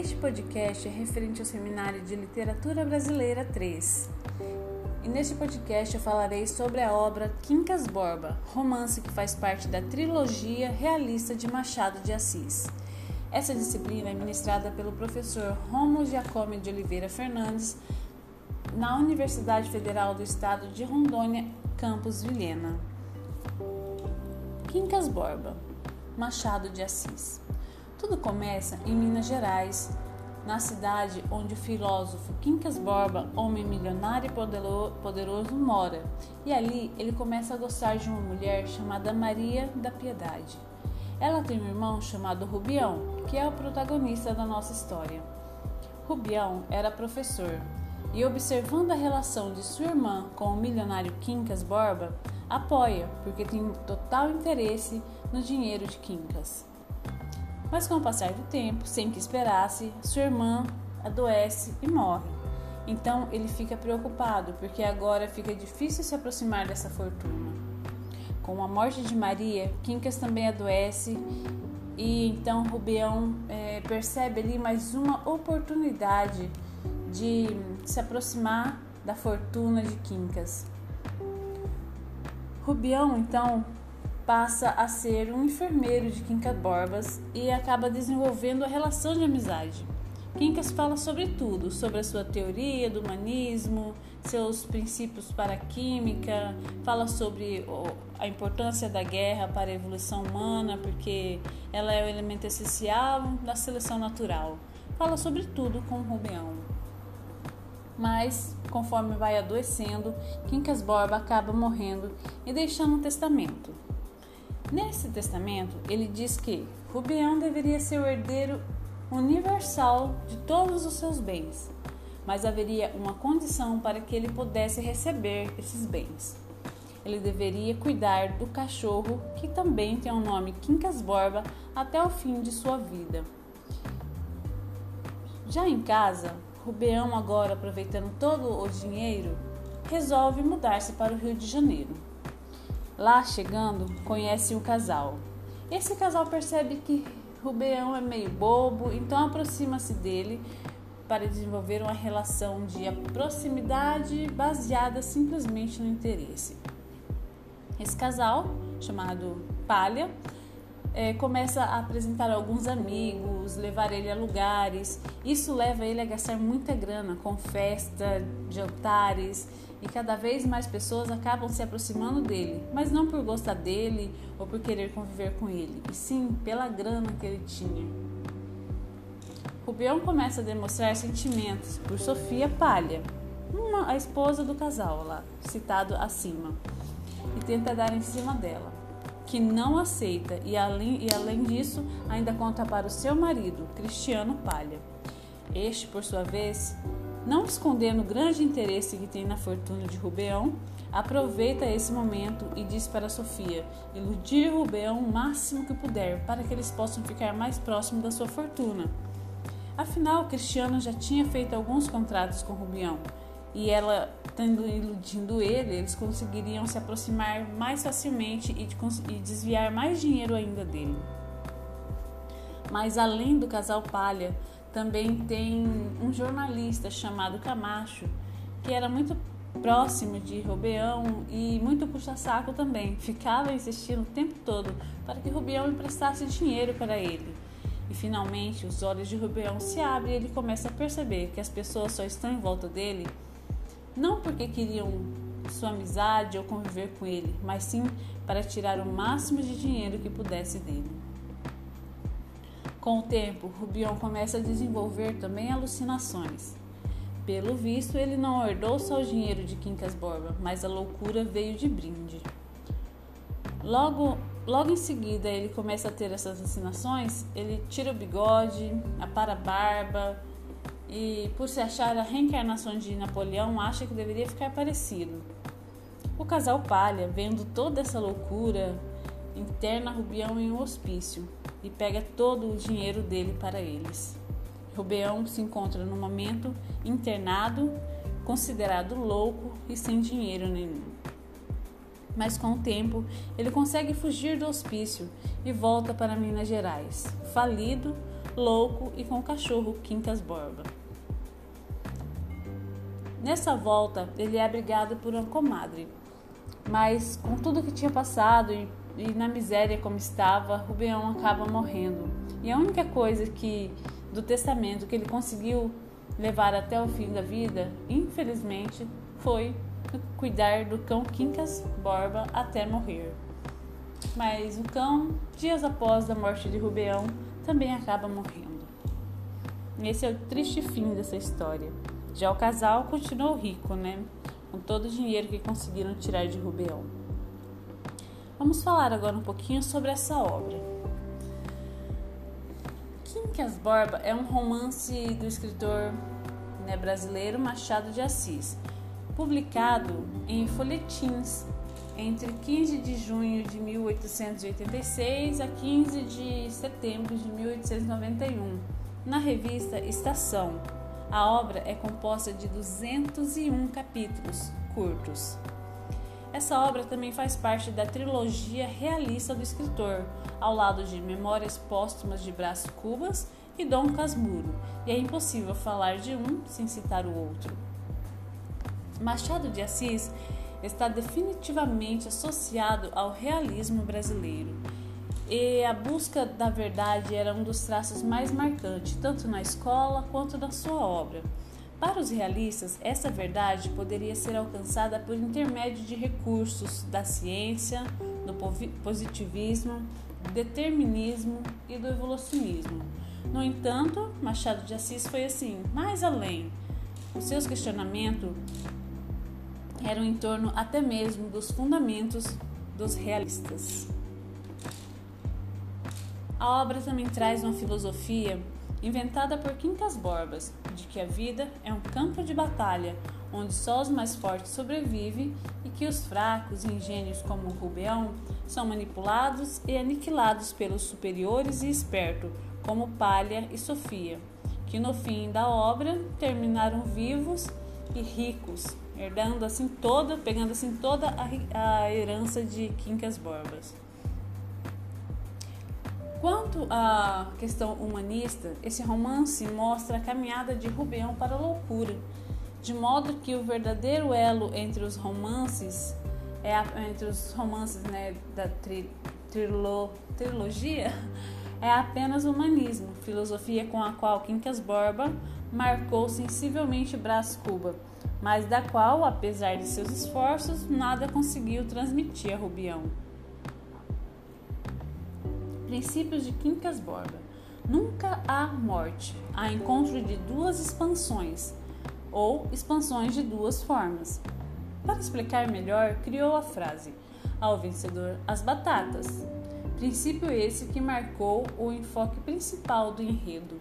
Este podcast é referente ao Seminário de Literatura Brasileira 3. E neste podcast eu falarei sobre a obra Quincas Borba, romance que faz parte da trilogia realista de Machado de Assis. Essa disciplina é ministrada pelo professor Rômulo Giacomo de Oliveira Fernandes, na Universidade Federal do Estado de Rondônia, campus Vilhena. Quincas Borba, Machado de Assis. Tudo começa em Minas Gerais, na cidade onde o filósofo Quincas Borba, homem milionário e poderoso, mora. E ali ele começa a gostar de uma mulher chamada Maria da Piedade. Ela tem um irmão chamado Rubião, que é o protagonista da nossa história. Rubião era professor e, observando a relação de sua irmã com o milionário Quincas Borba, apoia, porque tem total interesse no dinheiro de Quincas. Mas com o passar do tempo, sem que esperasse, sua irmã adoece e morre. Então ele fica preocupado, porque agora fica difícil se aproximar dessa fortuna. Com a morte de Maria, Quincas também adoece e então Rubião percebe ali mais uma oportunidade de se aproximar da fortuna de Quincas. Rubião, então, passa a ser um enfermeiro de Quincas Borba e acaba desenvolvendo a relação de amizade. Quincas fala sobre tudo, sobre a sua teoria do humanismo, seus princípios para a química, fala sobre a importância da guerra para a evolução humana, porque ela é o elemento essencial da seleção natural. Fala sobre tudo com Rubião. Mas, conforme vai adoecendo, Quincas Borba acaba morrendo e deixando um testamento. Nesse testamento, ele diz que Rubião deveria ser o herdeiro universal de todos os seus bens, mas haveria uma condição para que ele pudesse receber esses bens. Ele deveria cuidar do cachorro, que também tem o nome Quincas Borba, até o fim de sua vida. Já em casa, Rubião, agora aproveitando todo o dinheiro, resolve mudar-se para o Rio de Janeiro. Lá chegando, conhece um casal. Esse casal percebe que Rubião é meio bobo, então aproxima-se dele para desenvolver uma relação de proximidade baseada simplesmente no interesse. Esse casal, chamado Palha, começa a apresentar alguns amigos, levar ele a lugares. Isso leva ele a gastar muita grana com festa, jantares, e cada vez mais pessoas acabam se aproximando dele, mas não por gostar dele ou por querer conviver com ele, e sim pela grana que ele tinha. Rubião começa a demonstrar sentimentos por Sofia Palha, a esposa do casal lá, citado acima, e tenta dar em cima dela, que não aceita, e além disso ainda conta para o seu marido, Cristiano Palha. Este, por sua vez, não escondendo o grande interesse que tem na fortuna de Rubião, aproveita esse momento e diz para Sofia iludir Rubião o máximo que puder para que eles possam ficar mais próximos da sua fortuna. Afinal, Cristiano já tinha feito alguns contratos com Rubião e ela, iludindo ele, eles conseguiriam se aproximar mais facilmente e desviar mais dinheiro ainda dele. Mas além do casal Palha, também tem um jornalista chamado Camacho, que era muito próximo de Rubião e muito puxa-saco também. Ficava insistindo o tempo todo para que Rubião emprestasse dinheiro para ele. E finalmente os olhos de Rubião se abrem e ele começa a perceber que as pessoas só estão em volta dele não porque queriam sua amizade ou conviver com ele, mas sim para tirar o máximo de dinheiro que pudesse dele. Com o tempo, Rubião começa a desenvolver também alucinações. Pelo visto, ele não herdou só o dinheiro de Quincas Borba, mas a loucura veio de brinde. Logo em seguida, ele começa a ter essas alucinações, ele tira o bigode, apara a barba e, por se achar a reencarnação de Napoleão, acha que deveria ficar parecido. O casal Palha, vendo toda essa loucura, interna Rubião em um hospício e pega todo o dinheiro dele para eles. Rubião se encontra no momento internado, considerado louco e sem dinheiro nenhum. Mas com o tempo, ele consegue fugir do hospício e volta para Minas Gerais, falido, louco e com o cachorro Quincas Borba. Nessa volta, ele é abrigado por uma comadre, mas com tudo que tinha passado e na miséria como estava, Rubeão acaba morrendo. E a única coisa do testamento que ele conseguiu levar até o fim da vida, infelizmente, foi cuidar do cão Quincas Borba até morrer. Mas o cão, dias após a morte de Rubeão, também acaba morrendo. Esse é o triste fim dessa história. Já o casal continuou rico, com todo o dinheiro que conseguiram tirar de Rubeão. Vamos falar agora um pouquinho sobre essa obra. Quincas Borba é um romance do escritor brasileiro Machado de Assis, publicado em folhetins entre 15 de junho de 1886 a 15 de setembro de 1891, na revista Estação. A obra é composta de 201 capítulos curtos. Essa obra também faz parte da trilogia realista do escritor, ao lado de Memórias Póstumas de Brás Cubas e Dom Casmurro, e é impossível falar de um sem citar o outro. Machado de Assis está definitivamente associado ao realismo brasileiro, e a busca da verdade era um dos traços mais marcantes, tanto na escola quanto na sua obra. Para os realistas, essa verdade poderia ser alcançada por intermédio de recursos da ciência, do positivismo, do determinismo e do evolucionismo. No entanto, Machado de Assis foi mais além. Os seus questionamentos eram em torno até mesmo dos fundamentos dos realistas. A obra também traz uma filosofia inventada por Quincas Borba, de que a vida é um campo de batalha, onde só os mais fortes sobrevivem e que os fracos e ingênuos como Rubeão são manipulados e aniquilados pelos superiores e espertos, como Palha e Sofia, que no fim da obra terminaram vivos e ricos, pegando toda a herança de Quincas Borba. Quanto à questão humanista, esse romance mostra a caminhada de Rubeão para a loucura, de modo que o verdadeiro elo entre os romances da trilogia é apenas o humanismo, filosofia com a qual Quincas Borba marcou sensivelmente Brás Cubas, mas da qual, apesar de seus esforços, nada conseguiu transmitir a Rubeão. Princípios de Quincas Borba. Nunca há morte, há encontro de duas expansões, ou expansões de duas formas. Para explicar melhor, criou a frase: ao vencedor, as batatas. Princípio esse que marcou o enfoque principal do enredo.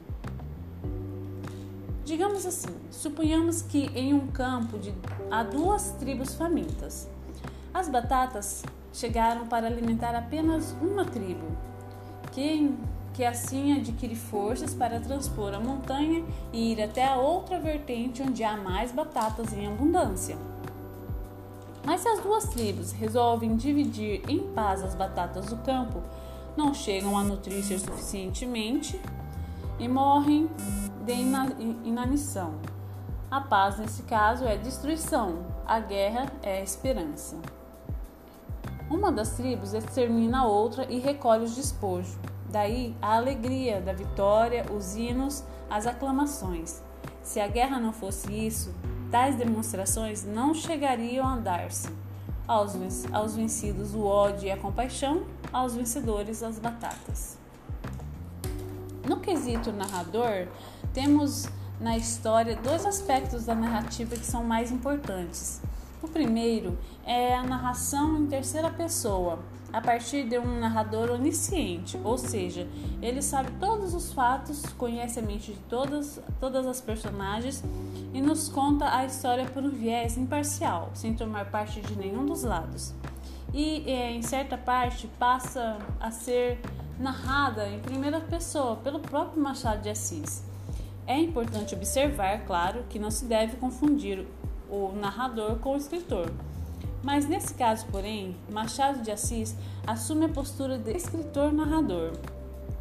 Digamos assim, suponhamos que em um campo há duas tribos famintas. As batatas chegaram para alimentar apenas uma tribo, que assim adquire forças para transpor a montanha e ir até a outra vertente onde há mais batatas em abundância. Mas se as duas tribos resolvem dividir em paz as batatas do campo, não chegam a nutrir-se suficientemente e morrem de inanição. A paz, nesse caso, é destruição, a guerra é esperança. Uma das tribos extermina a outra e recolhe os despojos. Daí a alegria da vitória, os hinos, as aclamações. Se a guerra não fosse isso, tais demonstrações não chegariam a dar-se. Aos vencidos o ódio e a compaixão, aos vencedores as batatas. No quesito narrador, temos na história dois aspectos da narrativa que são mais importantes. O primeiro é a narração em terceira pessoa, a partir de um narrador onisciente, ou seja, ele sabe todos os fatos, conhece a mente de todas as personagens e nos conta a história por um viés imparcial, sem tomar parte de nenhum dos lados. E em certa parte passa a ser narrada em primeira pessoa pelo próprio Machado de Assis. É importante observar, claro, que não se deve confundir o narrador com o escritor. Mas nesse caso, porém, Machado de Assis assume a postura de escritor-narrador.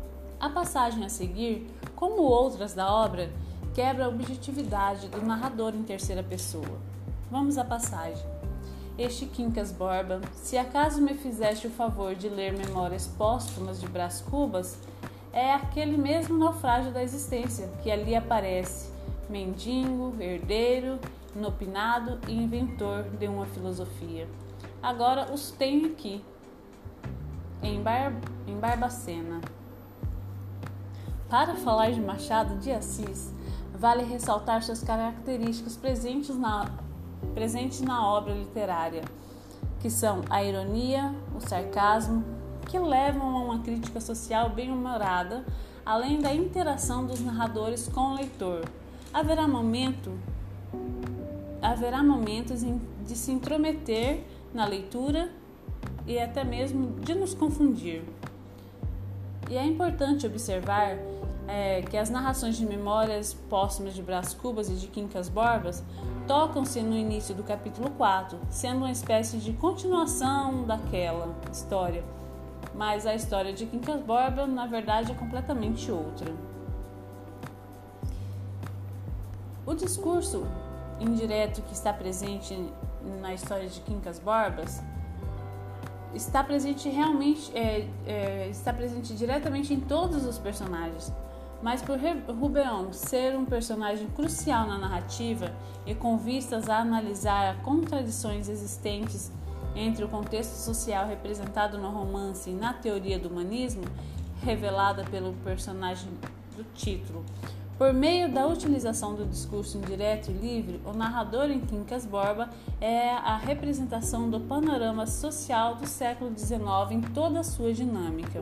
A passagem a seguir, como outras da obra, quebra a objetividade do narrador em terceira pessoa. Vamos à passagem. Este Quincas Borba, se acaso me fizeste o favor de ler Memórias Póstumas de Brás Cubas, é aquele mesmo naufrágio da existência que ali aparece, mendigo, herdeiro, inopinado e inventor de uma filosofia. Agora os tenho aqui, em Barbacena. Para falar de Machado de Assis, vale ressaltar suas características presentes na obra literária, que são a ironia, o sarcasmo, que levam a uma crítica social bem-humorada, além da interação dos narradores com o leitor. Haverá momentos de se intrometer na leitura e até mesmo de nos confundir. E é importante observar que as narrações de Memórias Póstumas de Brás Cubas e de Quincas Borbas tocam-se no início do capítulo 4, sendo uma espécie de continuação daquela história, mas a história de Quincas Borba, na verdade, é completamente outra. O discurso indireto que está presente na história de Quincas Borbas está presente diretamente em todos os personagens, mas por Rubeão ser um personagem crucial na narrativa e com vistas a analisar as contradições existentes entre o contexto social representado no romance e na teoria do humanismo, revelada pelo personagem do título. Por meio da utilização do discurso indireto e livre, o narrador em Quincas Borba é a representação do panorama social do século XIX em toda a sua dinâmica.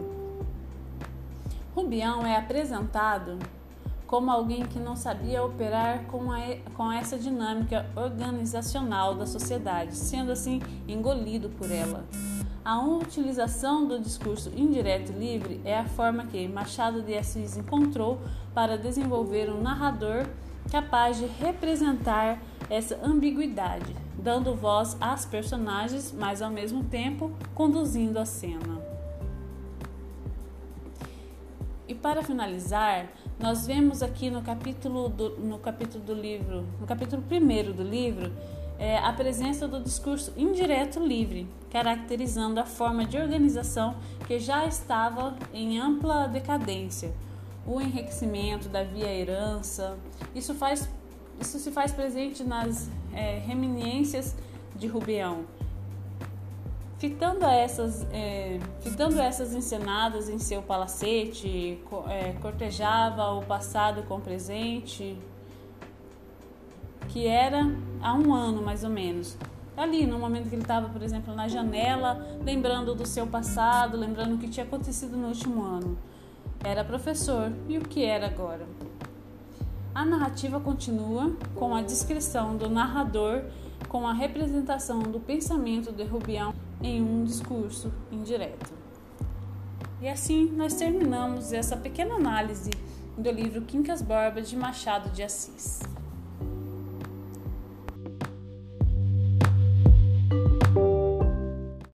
Rubeão é apresentado como alguém que não sabia operar com essa dinâmica organizacional da sociedade, sendo assim engolido por ela. A utilização do discurso indireto e livre é a forma que Machado de Assis encontrou para desenvolver um narrador capaz de representar essa ambiguidade, dando voz às personagens, mas ao mesmo tempo conduzindo a cena. E para finalizar, nós vemos aqui no capítulo 1 do livro, a presença do discurso indireto livre, caracterizando a forma de organização que já estava em ampla decadência, o enriquecimento da via-herança. Isso se faz presente nas reminiscências de Rubeão, fitando essas encenadas em seu palacete, cortejava o passado com o presente, que era há um ano mais ou menos. Ali, no momento que ele estava, por exemplo, na janela, lembrando do seu passado, lembrando o que tinha acontecido no último ano. Era professor, e o que era agora? A narrativa continua com a descrição do narrador, com a representação do pensamento de Rubeão em um discurso indireto. E assim nós terminamos essa pequena análise do livro Quincas Borba de Machado de Assis.